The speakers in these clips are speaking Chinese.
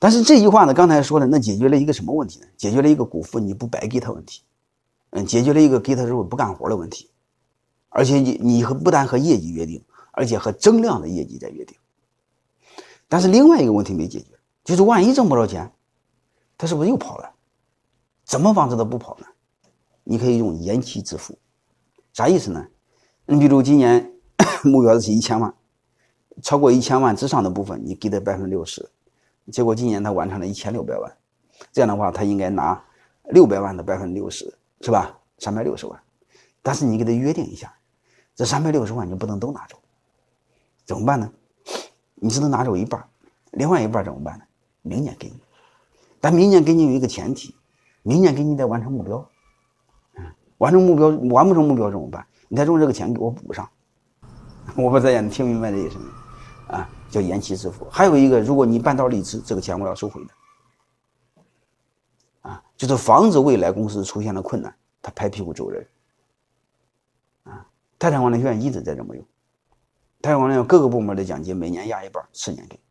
但是这句话呢，刚才说的那解决了一个什么问题呢？解决了一个股份你不白给他问题，解决了一个给他之后不干活的问题，而且你不但和业绩约定，而且和增量的业绩在约定。但是另外一个问题没解决，就是万一挣不着钱，他是不是又跑了？怎么防止他不跑呢？你可以用延期支付。啥意思呢？你比如今年目标是1000万，超过1000万之上的部分你给他60%，结果今年他完成了1600万，这样的话他应该拿600万的60%，是吧？360万。但是你给他约定一下，这360万你不能都拿走，怎么办呢？你只能拿走一半，另外一半怎么办呢？明年给你，但明年给你有一个前提，明年给你得完成目标，完不成目标怎么办？你再用这个钱给我补上。我不知道你听明白这意思没？叫延期支付。还有一个，如果你半道离职，这个钱我要收回的。就是防止未来公司出现了困难，他拍屁股走人。泰山管理学院一直在这么用。泰山管理学院各个部门的奖金每年压一半，4年给。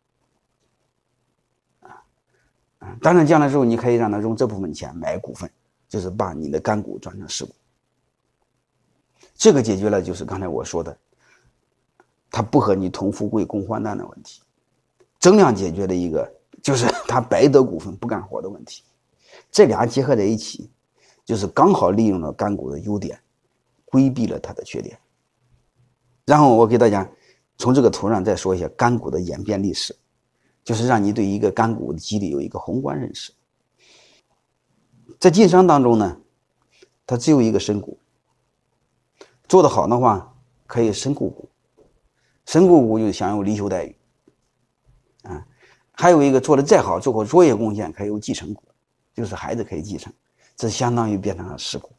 当然将来之后你可以让他用这部分钱买股份，就是把你的干股转成实股。这个解决了就是刚才我说的，他不和你同富贵共患难的问题。增量解决了一个就是他白得股份不干活的问题。这俩结合在一起，就是刚好利用了干股的优点，规避了它的缺点。然后我给大家从这个图上再说一下干股的演变历史，就是让你对一个干股的激励有一个宏观认识。在晋商当中呢，它只有一个深股，做得好的话可以深股股，深股股就享有离休待遇。还有一个做得再好，做过卓越贡献可以有继承股，就是孩子可以继承，这相当于变成了实股。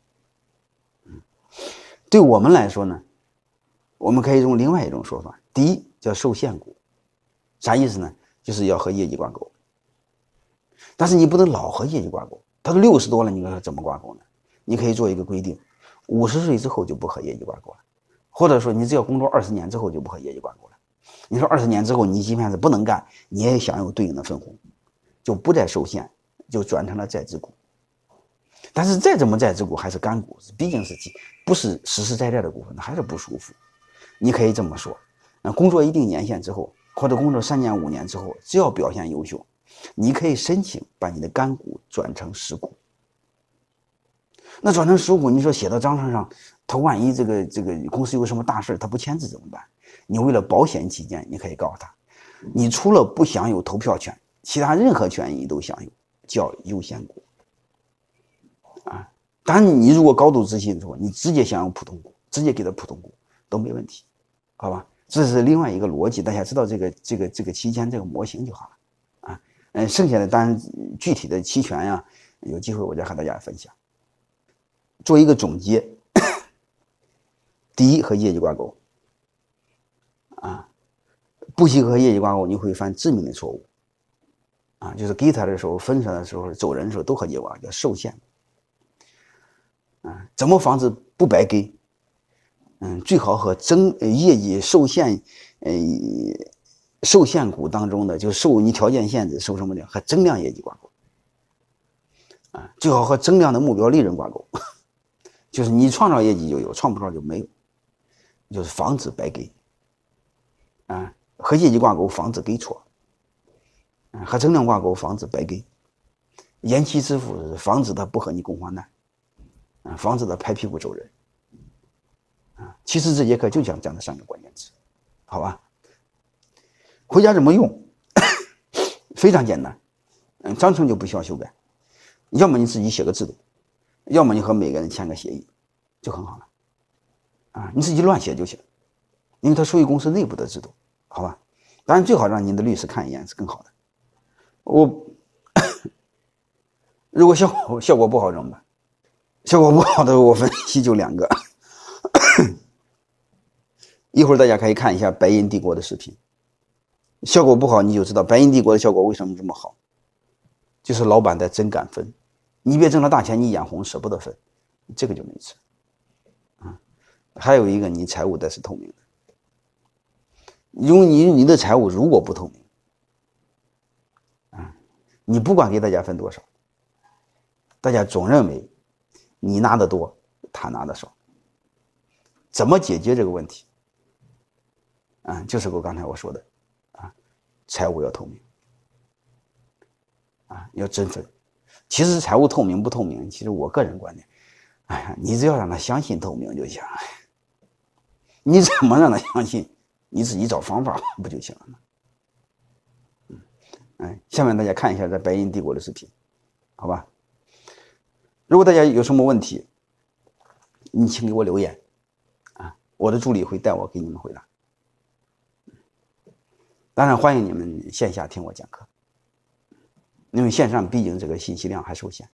对我们来说呢，我们可以用另外一种说法，第一叫受限股，啥意思呢？就是要和业绩挂钩，但是你不能老和业绩挂钩。他都60多了，你说怎么挂钩呢？你可以做一个规定，50岁之后就不和业绩挂钩了，或者说你只要工作20年之后就不和业绩挂钩了。你说20年之后你即便是不能干，你也享有对应的分红，就不再受限，就转成了在职股。但是再怎么在职股还是干股，毕竟是不是实实在在的股份，还是不舒服。你可以这么说，工作一定年限之后，或者工作3年5年之后，只要表现优秀，你可以申请把你的干股转成实股。那转成实股，你说写到章程上，他万一这个公司有什么大事他不签字怎么办？你为了保险起见，你可以告诉他，你除了不享有投票权，其他任何权益都享有，叫优先股。当然你如果高度自信的时候，你直接享有普通股，直接给他普通股都没问题，好吧？这是另外一个逻辑，大家知道这个期权这个模型就好了剩下的当然具体的期权呀，有机会我再和大家分享。做一个总结，第一和业绩挂钩不惜和业绩挂钩，你会犯致命的错误就是给他的时候、分他的时候、走人的时候都和业绩挂钩，叫受限怎么防止不白给？最好和业绩受限股当中的，就受你条件限制，受什么的，和增量业绩挂钩最好和增量的目标利润挂钩，就是你创造业绩就有，创不造就没有，就是防止白给和业绩挂钩防止给错和增量挂钩防止白给，延期支付是防止他不和你共患难防止他拍屁股走人其实这节课就讲这3个关键词，好吧？回家怎么用？非常简单，章程就不需要修改，要么你自己写个制度，要么你和每个人签个协议，就很好了你自己乱写就行，因为它属于公司内部的制度，好吧？当然最好让您的律师看一眼是更好的。如果效果不好怎么办？效果不好的我分析就2个。一会儿大家可以看一下白银帝国的视频，效果不好你就知道白银帝国的效果为什么这么好，就是老板在真敢分，你别挣了大钱你眼红舍不得分，这个就没吃还有一个你财务得是透明的，因为你的财务如果不透明你不管给大家分多少，大家总认为你拿的多，他拿的少。怎么解决这个问题？就是我刚才我说的，财务要透明，要真分。其实财务透明不透明，其实我个人观点，你只要让他相信透明就行。你怎么让他相信？你自己找方法不就行了吗？下面大家看一下这白银帝国的视频，好吧？如果大家有什么问题，你请给我留言，我的助理会带我给你们回答。当然欢迎你们线下听我讲课，因为线上毕竟这个信息量还受限。